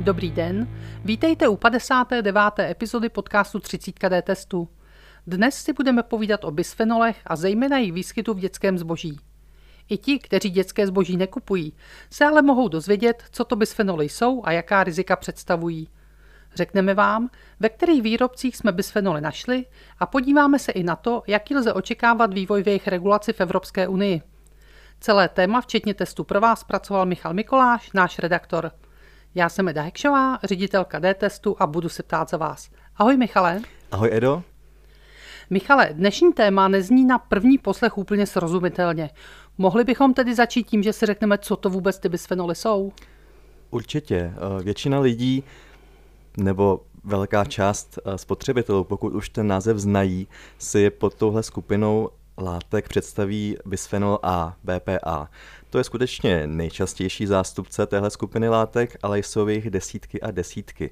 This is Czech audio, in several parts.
Dobrý den, vítejte u 59. epizody podcastu 30D testu. Dnes si budeme povídat o bisfenolech a zejména jejich výskytu v dětském zboží. I ti, kteří dětské zboží nekupují, se ale mohou dozvědět, co to bisfenoly jsou a jaká rizika představují. Řekneme vám, ve kterých výrobcích jsme bisfenoly našli a podíváme se i na to, jaký lze očekávat vývoj v jejich regulaci v Evropské unii. Celé téma, včetně testu, pro vás zpracoval Michal Mikoláš, náš redaktor. Já jsem Eda Hekšová, ředitelka D-testu a budu se ptát za vás. Ahoj Michale. Ahoj Edo. Michale, dnešní téma nezní na první poslech úplně srozumitelně. Mohli bychom tedy začít tím, že si řekneme, co to vůbec ty bisfenoly jsou? Určitě. Většina lidí nebo velká část spotřebitelů, pokud už ten název znají, si pod touhle skupinou látek představí bisfenol A, BPA. To je skutečně nejčastější zástupce téhle skupiny látek, ale jsou jich desítky a desítky.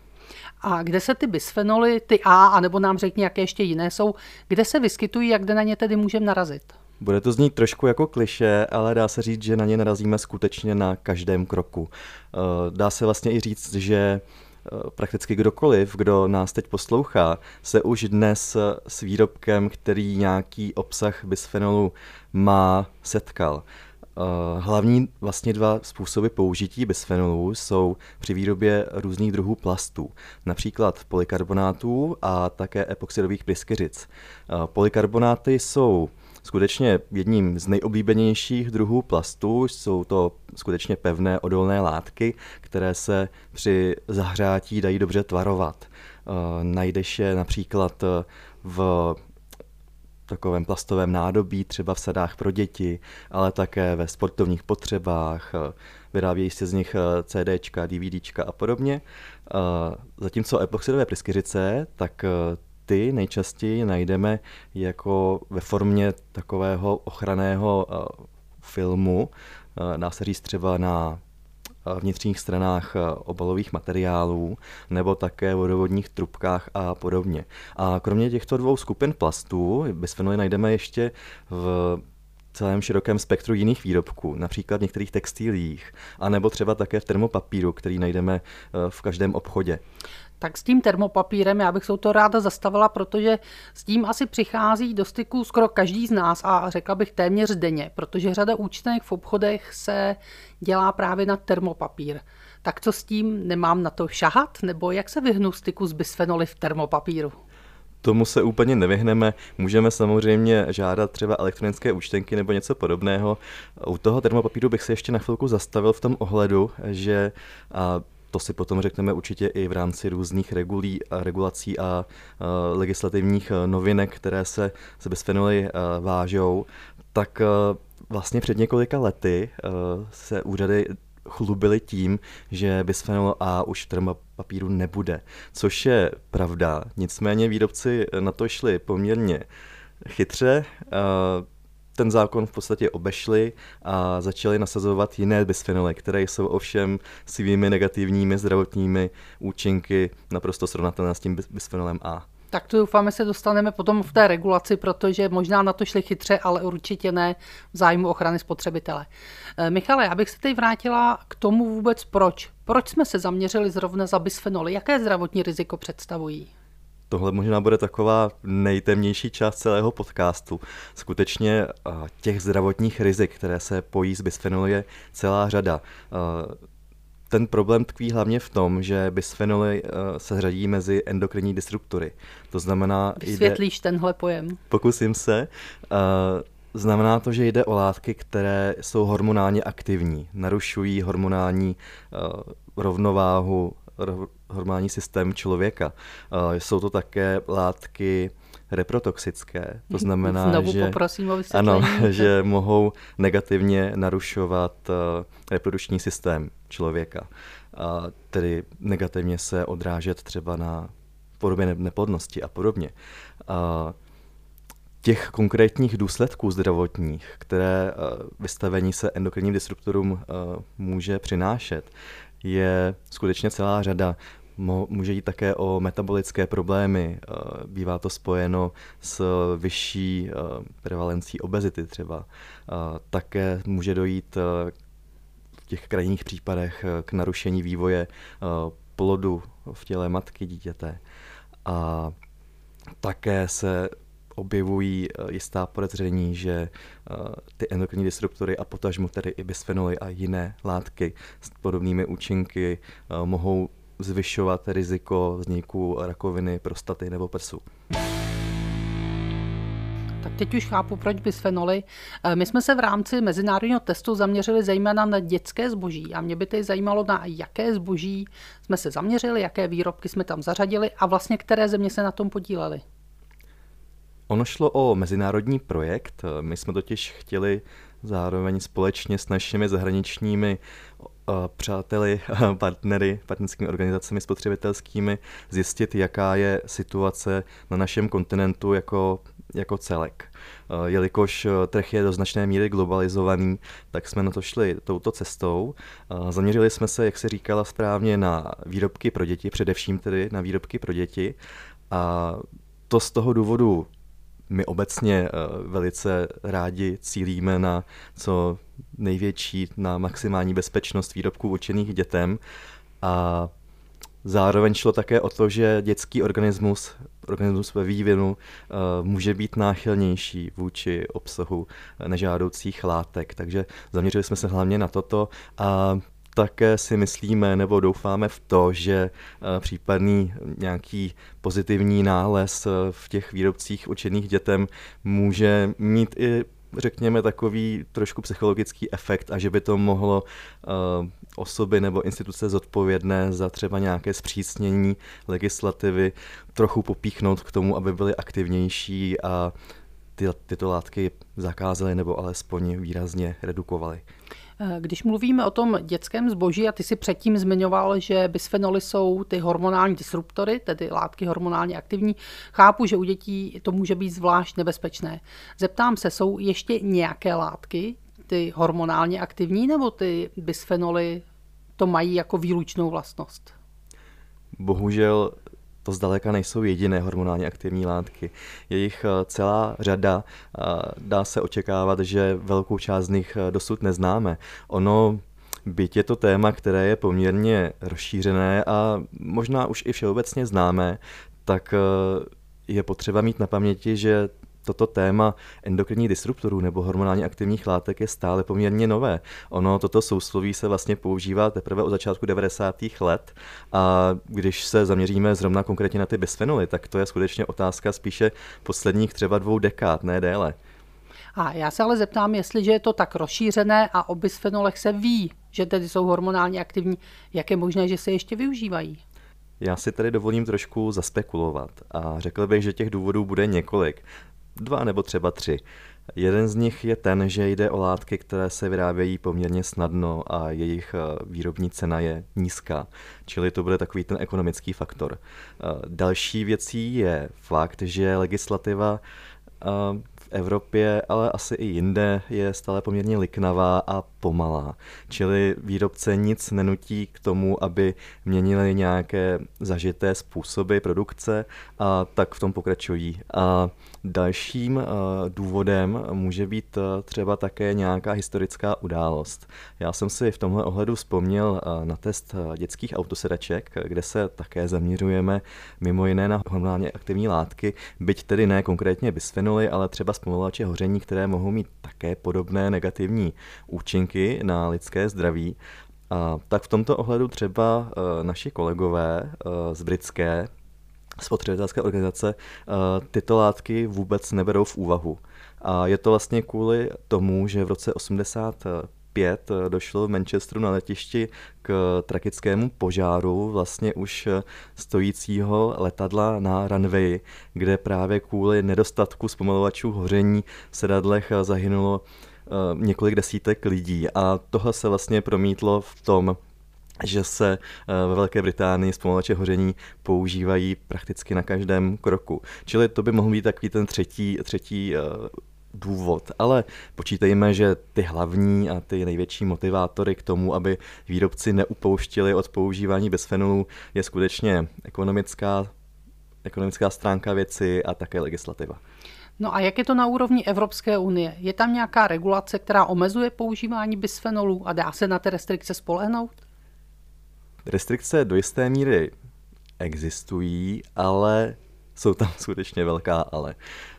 A kde se ty bisfenoly, ty A, anebo nám řekni, jaké ještě jiné jsou, kde se vyskytují a kde na ně tedy můžeme narazit? Bude to znít trošku jako klišé, ale dá se říct, že na ně narazíme skutečně na každém kroku. Dá se vlastně i říct, že prakticky kdokoliv, kdo nás teď poslouchá, se už dnes s výrobkem, který nějaký obsah bisfenolu má, setkal. Hlavní vlastně dva způsoby použití bisfenolů jsou při výrobě různých druhů plastů, například polykarbonátů a také epoxidových pryskyřic. Polykarbonáty jsou skutečně jedním z nejoblíbenějších druhů plastů, jsou to skutečně pevné odolné látky, které se při zahřátí dají dobře tvarovat. Najdeš je například v takovém plastovém nádobí, třeba v sadách pro děti, ale také ve sportovních potřebách, vyrábějí se z nich CDčka, DVDčka a podobně. Zatímco epoxidové pryskyřice, tak ty nejčastěji najdeme jako ve formě takového ochranného filmu, dá se říct třeba na vnitřních stranách obalových materiálů nebo také vodovodních trubkách a podobně. A kromě těchto dvou skupin plastů bisfenoly najdeme ještě v celém širokém spektru jiných výrobků, například v některých textilích, anebo třeba také v termopapíru, který najdeme v každém obchodě. Tak s tím termopapírem já bych se to ráda zastavila, protože s tím asi přichází do styku skoro každý z nás a řekla bych téměř denně, protože řada účtenek v obchodech se dělá právě na termopapír. Tak co s tím, nemám na to šahat, nebo jak se vyhnu styku s bisfenoly v termopapíru? Tomu se úplně nevyhneme, můžeme samozřejmě žádat třeba elektronické účtenky nebo něco podobného. U toho termopapíru bych se ještě na chvilku zastavil v tom ohledu, že to si potom řekneme určitě i v rámci různých regulací a legislativních novinek, které se bisfenoly vážou, tak vlastně před několika lety se úřady chlubili tím, že bisfenol A už v termopapíru nebude, což je pravda. Nicméně výrobci na to šli poměrně chytře, ten zákon v podstatě obešli a začali nasazovat jiné bisfenoly, které jsou ovšem svými negativními zdravotními účinky naprosto srovnatelné s tím bisfenolem A. Tak to doufáme, se dostaneme potom v té regulaci, protože možná na to šli chytře, ale určitě ne v zájmu ochrany spotřebitele. Michale, já bych se teď vrátila k tomu vůbec proč. Proč jsme se zaměřili zrovna za bisfenoly? Jaké zdravotní riziko představují? Tohle možná bude taková nejtemnější část celého podcastu. Skutečně těch zdravotních rizik, které se pojí s bisfenoly, je celá řada. Ten problém tkví hlavně v tom, že bisfenoly se řadí mezi endokrinní disruptory. To znamená... Vysvětlíš tenhle pojem? Pokusím se. Znamená to, že jde o látky, které jsou hormonálně aktivní, narušují hormonální rovnováhu, hormonální systém člověka. Jsou to také látky reprotoxické, to znamená, poprosím o vysvětlení. Ano, že mohou negativně narušovat reprodukční systém člověka, tedy negativně se odrážet třeba na podobě neplodnosti a podobně. Těch konkrétních důsledků zdravotních, které vystavení se endokrinním disruptorům může přinášet, je skutečně celá řada. Může jít také o metabolické problémy, bývá to spojeno s vyšší prevalencí obezity třeba. Také může dojít v těch krajních případech k narušení vývoje plodu v těle matky dítěte. A také se objevují jistá podezření, že ty endokrinní disruptory a potažmo tedy i bisfenoly a jiné látky s podobnými účinky mohou zvyšovat riziko vzniku rakoviny prostaty nebo prsu. Tak teď už chápu, proč bisfenoly. My jsme se v rámci mezinárodního testu zaměřili zejména na dětské zboží a mě by teď zajímalo, na jaké zboží jsme se zaměřili, jaké výrobky jsme tam zařadili a vlastně které země se na tom podílely. Ono šlo o mezinárodní projekt, my jsme totiž chtěli zároveň společně s našimi zahraničními přáteli, partnerskými organizacemi spotřebitelskými zjistit, jaká je situace na našem kontinentu jako celek. Jelikož trh je do značné míry globalizovaný, tak jsme na to šli touto cestou. Zaměřili jsme se, jak se říkala správně, na výrobky pro děti, především tedy na výrobky pro děti. A to z toho důvodu my obecně velice rádi cílíme na co největší, na maximální bezpečnost výrobků určených dětem. A zároveň šlo také o to, že dětský organismus ve vývinu může být náchylnější vůči obsahu nežádoucích látek. Takže zaměřili jsme se hlavně na toto a také si myslíme nebo doufáme v to, že případný nějaký pozitivní nález v těch výrobcích určených dětem může mít i, řekněme, takový trošku psychologický efekt a že by to mohlo osoby nebo instituce zodpovědné za třeba nějaké zpřísnění legislativy trochu popíchnout k tomu, aby byly aktivnější a tyto látky zakázaly nebo alespoň výrazně redukovaly. Když mluvíme o tom dětském zboží, a ty si předtím zmiňoval, že bisfenoly jsou ty hormonální disruptory, tedy látky hormonálně aktivní, chápu, že u dětí to může být zvlášť nebezpečné. Zeptám se, jsou ještě nějaké látky, ty hormonálně aktivní, nebo ty bisfenoly to mají jako výlučnou vlastnost? Bohužel to zdaleka nejsou jediné hormonálně aktivní látky. Je jich celá řada. Dá se očekávat, že velkou část z nich dosud neznáme. Ono, byť je to téma, které je poměrně rozšířené a možná už i všeobecně známé, tak je potřeba mít na paměti, že toto téma endokrinních disruptorů nebo hormonálně aktivních látek je stále poměrně nové. Toto sousloví se vlastně používá teprve od začátku 90. let a když se zaměříme zrovna konkrétně na ty bisfenoly, tak to je skutečně otázka spíše posledních třeba 2 dekád, ne déle. A já se ale zeptám, jestliže je to tak rozšířené a o bisfenolech se ví, že tedy jsou hormonálně aktivní, jak je možné, že se ještě využívají? Já si tady dovolím trošku zaspekulovat a řekl bych, že těch důvodů bude několik. 2 nebo třeba 3. Jeden z nich je ten, že jde o látky, které se vyrábějí poměrně snadno a jejich výrobní cena je nízká, čili to bude takový ten ekonomický faktor. Další věcí je fakt, že legislativa v Evropě, ale asi i jinde je stále poměrně liknavá a pomalá. Čili výrobce nic nenutí k tomu, aby měnili nějaké zažité způsoby produkce a tak v tom pokračují. A dalším důvodem může být třeba také nějaká historická událost. Já jsem si v tomhle ohledu vzpomněl na test dětských autosedaček, kde se také zaměřujeme mimo jiné na hormonálně aktivní látky, byť tedy ne konkrétně bisfenoly, ale třeba zpomalovače hoření, které mohou mít také podobné negativní účinky na lidské zdraví. A tak v tomto ohledu třeba naši kolegové z britské spotřebitelské organizace tyto látky vůbec neberou v úvahu. A je to vlastně kvůli tomu, že v roce 1985 došlo v Manchesteru na letišti k tragickému požáru vlastně už stojícího letadla na runwayi, kde právě kvůli nedostatku zpomalovačů hoření v sedadlech zahynulo několik desítek lidí. A tohle se vlastně promítlo v tom, že se ve Velké Británii zpomalovače hoření používají prakticky na každém kroku. Čili to by mohl být takový ten třetí důvod, ale počítejme, že ty hlavní a ty největší motivátory k tomu, aby výrobci neupouštěli od používání bisfenolů, je skutečně ekonomická stránka věci a také legislativa. No a jak je to na úrovni Evropské unie? Je tam nějaká regulace, která omezuje používání bisfenolů a dá se na ty restrikce spolehnout? Restrikce do jisté míry existují, ale jsou tam skutečně velká ale.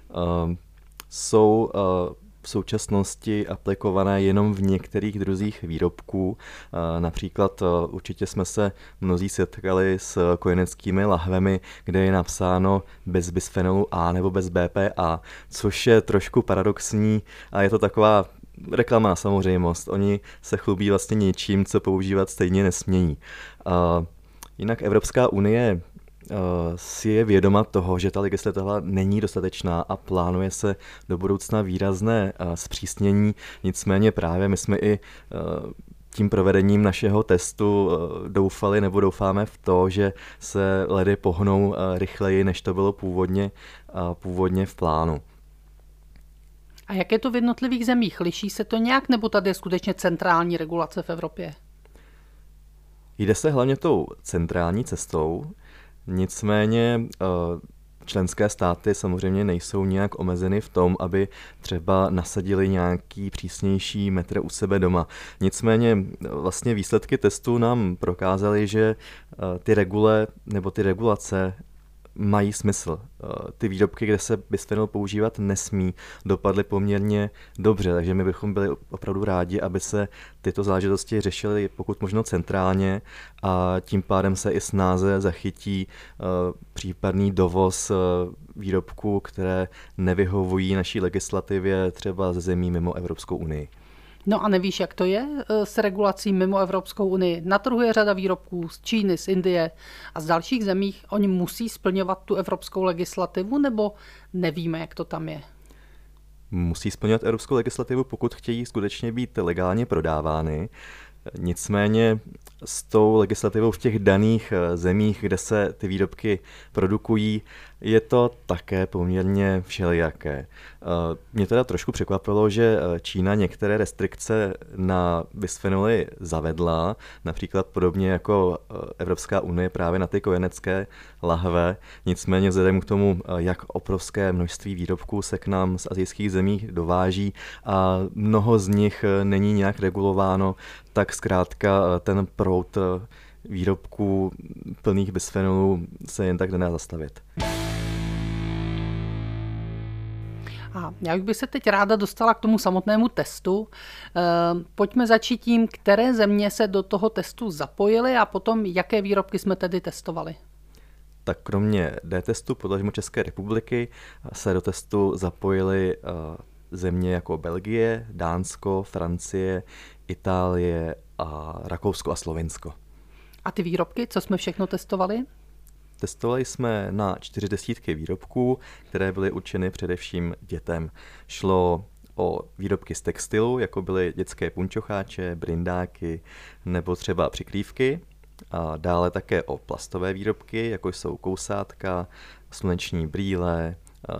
Jsou v současnosti aplikované jenom v některých druzích výrobků. Například určitě jsme se mnozí setkali s kojeneckými lahvemi, kde je napsáno bez bisfenolu A nebo bez BPA, což je trošku paradoxní a je to taková reklama samozřejmost. Oni se chlubí vlastně něčím, co používat stejně nesmějí. Jinak Evropská unie si je vědoma toho, že ta legislativa není dostatečná a plánuje se do budoucna výrazné zpřísnění. Nicméně právě my jsme i tím provedením našeho testu doufali nebo doufáme v to, že se ledy pohnou rychleji, než to bylo původně v plánu. A jak je to v jednotlivých zemích? Liší se to nějak, nebo tady je skutečně centrální regulace v Evropě? Jde se hlavně tou centrální cestou, nicméně členské státy samozřejmě nejsou nějak omezeny v tom, aby třeba nasadili nějaký přísnější metr u sebe doma. Nicméně vlastně výsledky testu nám prokázaly, že ty regulace mají smysl. Ty výrobky, kde se bisfenol používat nesmí, dopadly poměrně dobře, takže my bychom byli opravdu rádi, aby se tyto záležitosti řešily pokud možno centrálně a tím pádem se i snáze zachytí případný dovoz výrobků, které nevyhovují naší legislativě třeba ze zemí mimo Evropskou unii. No a nevíš, jak to je s regulací mimo Evropskou unii? Na trhu je řada výrobků z Číny, z Indie a z dalších zemích. Oni musí splňovat tu evropskou legislativu, nebo nevíme, jak to tam je? Musí splňovat evropskou legislativu, pokud chtějí skutečně být legálně prodávány. Nicméně s tou legislativou v těch daných zemích, kde se ty výrobky produkují, je to také poměrně všelijaké. Mě teda trošku překvapilo, že Čína některé restrikce na bisfenoly zavedla, například podobně jako Evropská unie právě na ty kojenecké lahve. Nicméně vzhledem k tomu, jak obrovské množství výrobků se k nám z asijských zemí dováží a mnoho z nich není nějak regulováno, tak zkrátka ten proud výrobků plných bisfenolů se jen tak nedá zastavit. A já už bych se teď ráda dostala k tomu samotnému testu. Pojďme začít tím, které země se do toho testu zapojily a potom, jaké výrobky jsme tedy testovali. Tak kromě D-testu potažmo České republiky se do testu zapojily země jako Belgie, Dánsko, Francie, Itálie a Rakousko a Slovinsko. A ty výrobky, co jsme všechno testovali? Testovali jsme na 40 výrobků, které byly určeny především dětem. Šlo o výrobky z textilu, jako byly dětské punčocháče, brindáky nebo třeba přikrývky. A dále také o plastové výrobky, jako jsou kousátka, sluneční brýle,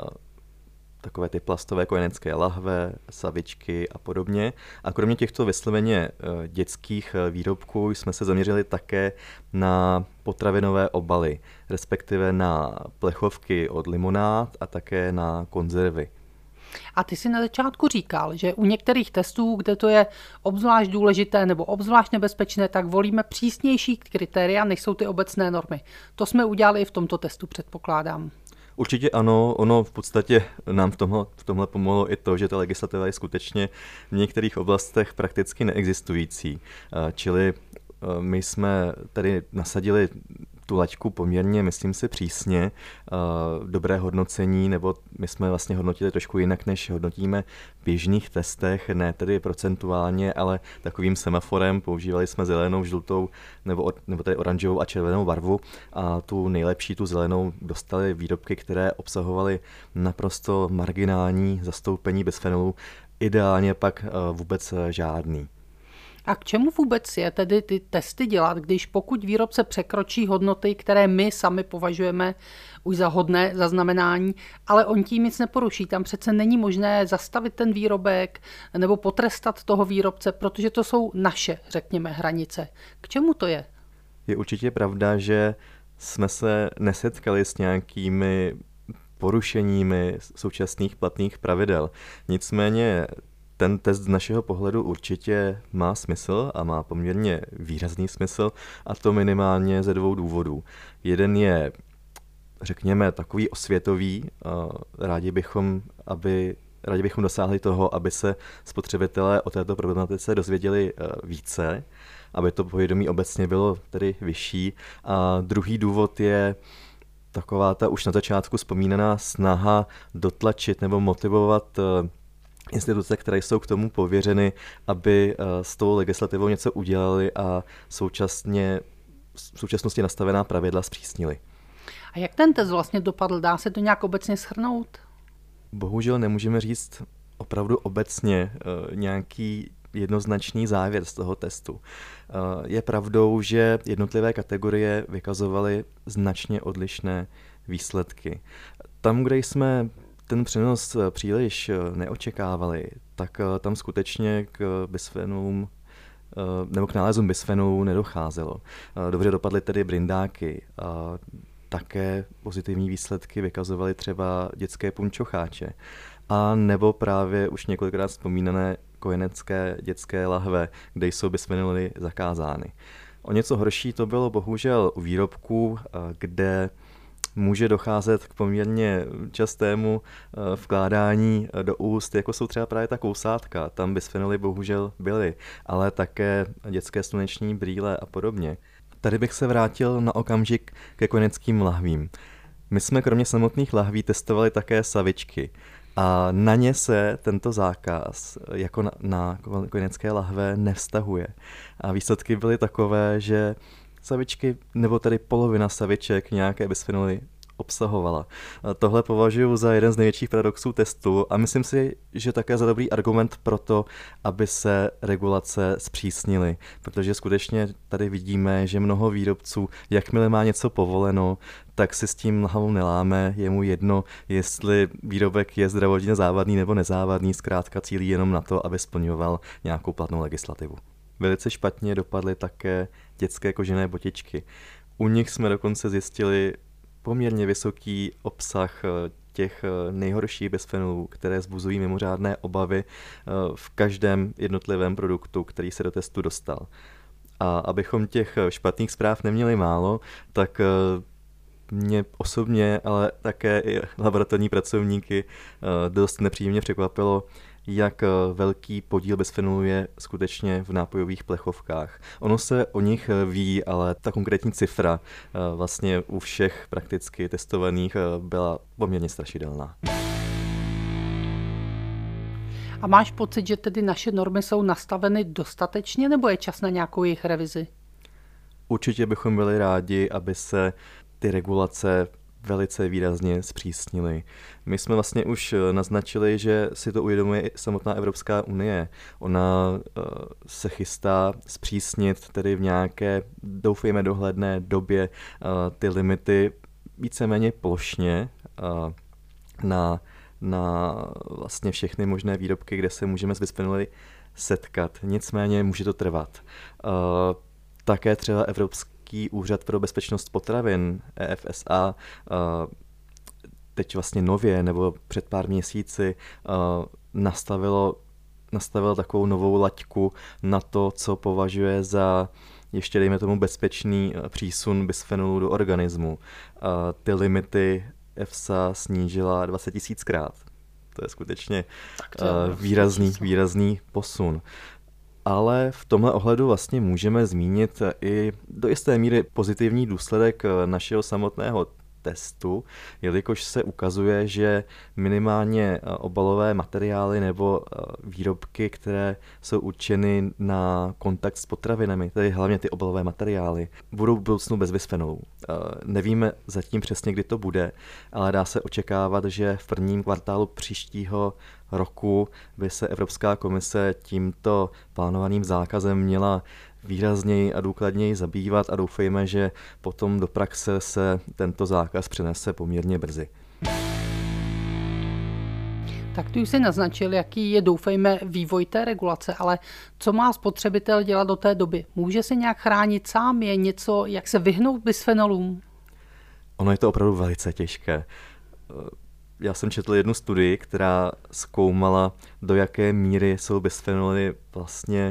takové ty plastové kojenecké lahve, savičky a podobně. A kromě těchto vysloveně dětských výrobků jsme se zaměřili také na potravinové obaly, respektive na plechovky od limonád a také na konzervy. A ty si na začátku říkal, že u některých testů, kde to je obzvlášť důležité nebo obzvlášť nebezpečné, tak volíme přísnější kritéria, než jsou ty obecné normy. To jsme udělali i v tomto testu, předpokládám. Určitě ano, ono v podstatě nám v tomhle pomohlo i to, že ta legislativa je skutečně v některých oblastech prakticky neexistující. Čili my jsme tady nasadili tu laťku poměrně, myslím si, přísně, dobré hodnocení, nebo my jsme vlastně hodnotili trošku jinak, než hodnotíme v běžných testech, ne tedy procentuálně, ale takovým semaforem, používali jsme zelenou, žlutou nebo tady oranžovou a červenou barvu a tu nejlepší, tu zelenou, dostali výrobky, které obsahovaly naprosto marginální zastoupení bisfenolu, ideálně pak vůbec žádný. A k čemu vůbec je tedy ty testy dělat, když pokud výrobce překročí hodnoty, které my sami považujeme už za hodné zaznamenání, ale on tím nic neporuší. Tam přece není možné zastavit ten výrobek nebo potrestat toho výrobce, protože to jsou naše, řekněme, hranice. K čemu to je? Je určitě pravda, že jsme se nesetkali s nějakými porušeními současných platných pravidel. Nicméně ten test z našeho pohledu určitě má smysl a má poměrně výrazný smysl, a to minimálně ze 2 důvodů. Jeden je, řekněme, takový osvětový. Rádi bychom dosáhli toho, aby se spotřebitelé o této problematice dozvěděli více, aby to povědomí obecně bylo tedy vyšší. A druhý důvod je taková ta už na začátku vzpomínaná snaha dotlačit nebo motivovat instituce, které jsou k tomu pověřeny, aby s tou legislativou něco udělali a v současnosti nastavená pravidla zpřísnili. A jak ten test vlastně dopadl? Dá se to nějak obecně shrnout? Bohužel nemůžeme říct opravdu obecně nějaký jednoznačný závěr z toho testu. Je pravdou, že jednotlivé kategorie vykazovaly značně odlišné výsledky. Tam, kde jsme ten přenos příliš neočekávali, tak tam skutečně k bisfenolům nebo k nálezům bisfenolů nedocházelo. Dobře dopadly tedy brindáky. Také pozitivní výsledky vykazovaly třeba dětské punčocháče. A nebo právě už několikrát vzpomínané kojenecké dětské lahve, kde jsou bisfenoly zakázány. O něco horší to bylo bohužel u výrobků, kde může docházet k poměrně častému vkládání do úst, jako jsou třeba právě ta kousátka. Tam bisfenoly bohužel byly, ale také dětské sluneční brýle a podobně. Tady bych se vrátil na okamžik ke kojeneckým lahvím. My jsme kromě samotných lahví testovali také savičky a na ně se tento zákaz jako na kojenecké lahve nevztahuje. A výsledky byly takové, že savičky, nebo tedy polovina saviček nějaké bisfenoly obsahovala. Tohle považuji za jeden z největších paradoxů testu a myslím si, že také za dobrý argument pro to, aby se regulace zpřísnily, protože skutečně tady vidíme, že mnoho výrobců, jakmile má něco povoleno, tak si s tím hlavou neláme, je mu jedno, jestli výrobek je zdravotně závadný nebo nezávadný, zkrátka cílí jenom na to, aby splňoval nějakou platnou legislativu. Velice špatně dopadly také dětské kožené botičky. U nich jsme dokonce zjistili poměrně vysoký obsah těch nejhorších bisfenolů, které vzbuzují mimořádné obavy v každém jednotlivém produktu, který se do testu dostal. A abychom těch špatných zpráv neměli málo, tak mě osobně, ale také i laboratorní pracovníky dost nepříjemně překvapilo, jak velký podíl bisfenolu je skutečně v nápojových plechovkách. Ono se o nich ví, ale ta konkrétní cifra vlastně u všech prakticky testovaných byla poměrně strašidelná. A máš pocit, že tedy naše normy jsou nastaveny dostatečně, nebo je čas na nějakou jejich revizi? Určitě bychom byli rádi, aby se ty regulace velice výrazně zpřísnily. My jsme vlastně už naznačili, že si to uvědomuje i samotná Evropská unie. Ona se chystá zpřísnit tedy v nějaké, doufejme, dohledné době ty limity víceméně plošně na vlastně všechny možné výrobky, kde se můžeme s bisfenoly setkat. Nicméně může to trvat. Také třeba Evropský úřad pro bezpečnost potravin, EFSA, teď vlastně nově nebo před pár měsíci nastavil takovou novou laťku na to, co považuje za ještě, dejme tomu, bezpečný přísun bisfenolu do organismu. Ty limity EFSA snížila 20 000krát. To je skutečně výrazný posun. Ale v tomhle ohledu vlastně můžeme zmínit i do jisté míry pozitivní důsledek našeho samotného testu, jelikož se ukazuje, že minimálně obalové materiály nebo výrobky, které jsou určeny na kontakt s potravinami, tedy hlavně ty obalové materiály, budou v budoucnu bez bisfenolů. Nevíme zatím přesně, kdy to bude, ale dá se očekávat, že v prvním kvartálu příštího roku by se Evropská komise tímto plánovaným zákazem měla výrazněji a důkladněji zabývat a doufejme, že potom do praxe se tento zákaz přenese poměrně brzy. Tak tu jsi naznačil, jaký je, doufejme, vývoj té regulace, ale co má spotřebitel dělat do té doby? Může se nějak chránit sám? Je něco, jak se vyhnout bisfenolům? Ono je to opravdu velice těžké. já jsem četl jednu studii, která zkoumala, do jaké míry jsou bisfenoly vlastně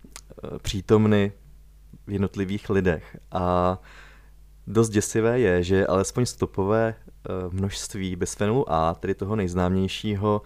přítomny v jednotlivých lidech. A dost děsivé je, že alespoň stopové množství bisfenolu A, tedy toho nejznámějšího,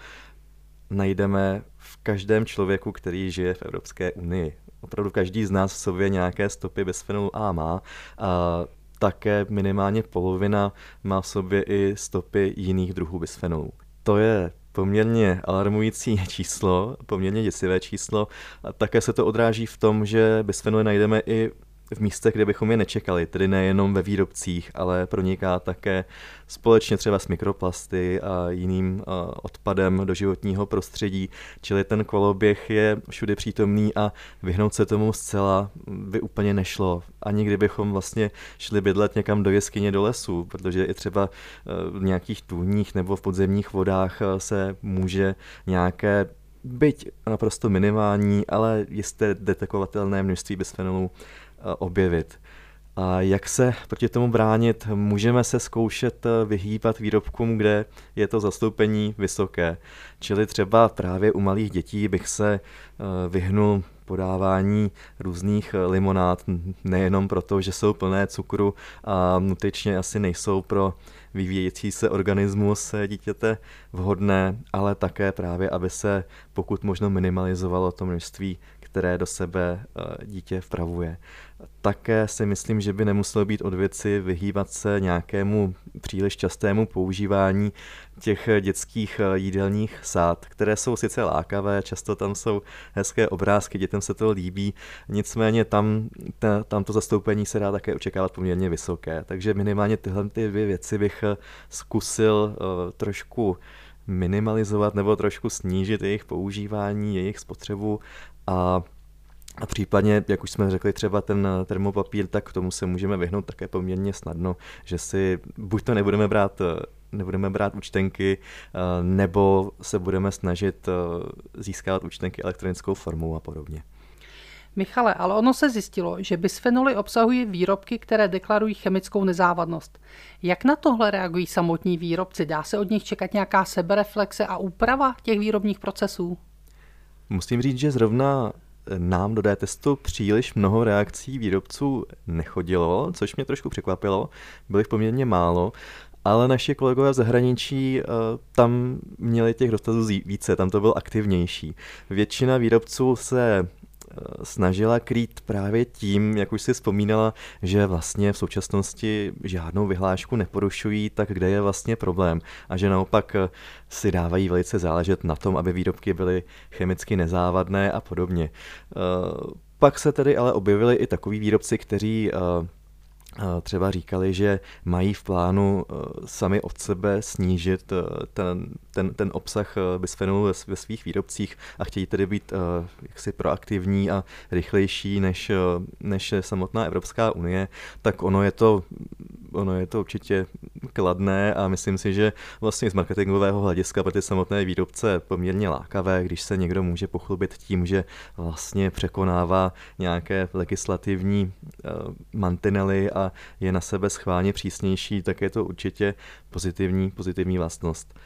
najdeme v každém člověku, který žije v Evropské unii. Opravdu každý z nás v sobě nějaké stopy bisfenolu A má. A také minimálně polovina má v sobě i stopy jiných druhů bisfenolů. To je poměrně alarmující číslo, poměrně děsivé číslo. A také se to odráží v tom, že bisfenoly najdeme i v místech, kde bychom je nečekali, tedy nejenom ve výrobcích, ale proniká také společně třeba s mikroplasty a jiným odpadem do životního prostředí, čili ten koloběh je všude přítomný a vyhnout se tomu zcela by úplně nešlo. Ani kdybychom vlastně šli bydlet někam do jeskyně, do lesu, protože i třeba v nějakých tůních nebo v podzemních vodách se může nějaké byť naprosto minimální, ale jisté detekovatelné množství bisfenolů objevit. A jak se proti tomu bránit? Můžeme se zkoušet vyhýbat výrobkům, kde je to zastoupení vysoké. Čili třeba právě u malých dětí bych se vyhnul podávání různých limonád, nejenom proto, že jsou plné cukru a nutričně asi nejsou pro vyvíjející se organismus dítěte vhodné, ale také právě, aby se pokud možno minimalizovalo to množství, které do sebe dítě vpravuje. Také si myslím, že by nemuselo být od věci vyhýbat se nějakému příliš častému používání těch dětských jídelních sád, které jsou sice lákavé, často tam jsou hezké obrázky, dětem se to líbí, nicméně tam to zastoupení se dá také očekávat poměrně vysoké. Takže minimálně tyhle ty dvě věci bych zkusil trošku minimalizovat nebo trošku snížit jejich používání, jejich spotřebu a případně, jak už jsme řekli, třeba ten termopapír, tak k tomu se můžeme vyhnout také poměrně snadno, že si buď to nebudeme brát účtenky, nebo se budeme snažit získávat účtenky elektronickou formou a podobně. Michale, ale ono se zjistilo, že bisfenoly obsahují výrobky, které deklarují chemickou nezávadnost. Jak na tohle reagují samotní výrobci? Dá se od nich čekat nějaká sebereflexe a úprava těch výrobních procesů? Musím říct, že zrovna nám do D-testu příliš mnoho reakcí výrobců nechodilo, což mě trošku překvapilo, bylo jich poměrně málo, ale naši kolegové v zahraničí tam měli těch dotazů více, tam to bylo aktivnější. Většina výrobců se snažila krýt právě tím, jak už si vzpomínala, že vlastně v současnosti žádnou vyhlášku neporušují, tak kde je vlastně problém. A že naopak si dávají velice záležet na tom, aby výrobky byly chemicky nezávadné a podobně. Pak se tedy ale objevili i takoví výrobci, kteří třeba říkali, že mají v plánu sami od sebe snížit ten obsah bisfenolu ve svých výrobcích a chtějí tedy být jaksi proaktivní a rychlejší než samotná Evropská unie, tak ono je to určitě kladné a myslím si, že vlastně z marketingového hlediska pro ty samotné výrobce poměrně lákavé, když se někdo může pochlubit tím, že vlastně překonává nějaké legislativní mantinely a je na sebe schválně přísnější, tak je to určitě pozitivní vlastnost.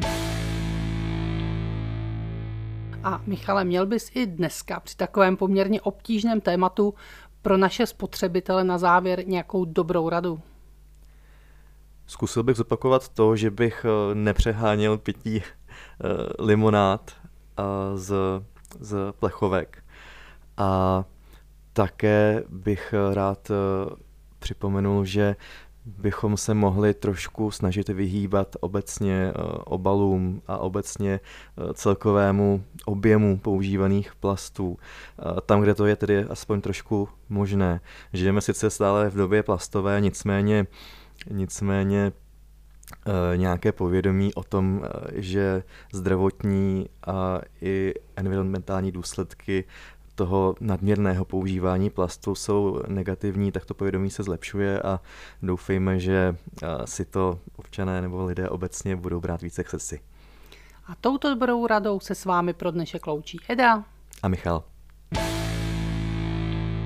A Michale, měl bys i dneska při takovém poměrně obtížném tématu pro naše spotřebitele na závěr nějakou dobrou radu? Zkusil bych zopakovat to, že bych nepřeháněl pití limonád z plechovek. A také bych rád připomenul, že bychom se mohli trošku snažit vyhýbat obecně obalům a obecně celkovému objemu používaných plastů. Tam, kde to je tedy aspoň trošku možné. Žijeme sice stále v době plastové, nicméně nějaké povědomí o tom, že zdravotní a i environmentální důsledky toho nadměrného používání plastu jsou negativní, tak to povědomí se zlepšuje a doufejme, že si to občané nebo lidé obecně budou brát více k srdci. A touto dobrou radou se s vámi pro dnešek loučí Eda a Michal.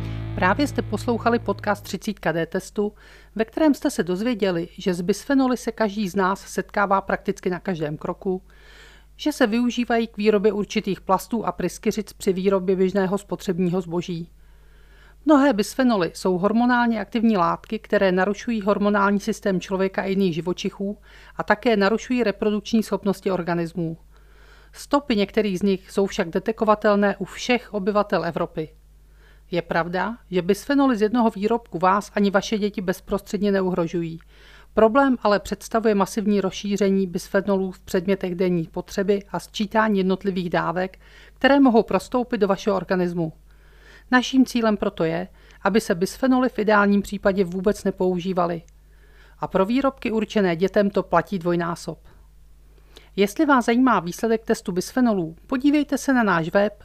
Právě jste poslouchali podcast 30D testu, ve kterém jste se dozvěděli, že s bisfenoly se každý z nás setkává prakticky na každém kroku, že se využívají k výrobě určitých plastů a pryskyřic při výrobě běžného spotřebního zboží. Mnohé bisfenoly jsou hormonálně aktivní látky, které narušují hormonální systém člověka a jiných živočichů a také narušují reprodukční schopnosti organismů. Stopy některých z nich jsou však detekovatelné u všech obyvatel Evropy. Je pravda, že bisfenoly z jednoho výrobku vás ani vaše děti bezprostředně neuhrožují. Problém ale představuje masivní rozšíření bisfenolů v předmětech denní potřeby a sčítání jednotlivých dávek, které mohou prostoupit do vašeho organismu. Naším cílem proto je, aby se bisfenoly v ideálním případě vůbec nepoužívaly. A pro výrobky určené dětem to platí dvojnásob. Jestli vás zajímá výsledek testu bisfenolů, podívejte se na náš web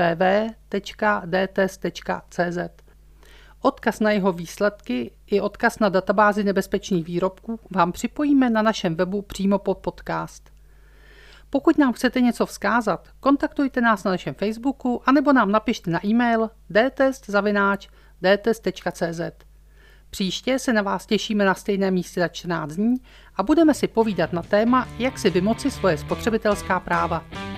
www.dtest.cz. Odkaz na jeho výsledky i odkaz na databázi nebezpečných výrobků vám připojíme na našem webu přímo pod podcast. Pokud nám chcete něco vzkázat, kontaktujte nás na našem Facebooku anebo nám napište na e-mail dtest@dtest.cz. Příště se na vás těšíme na stejném místě za 14 dní a budeme si povídat na téma, jak si vymoci svoje spotřebitelská práva.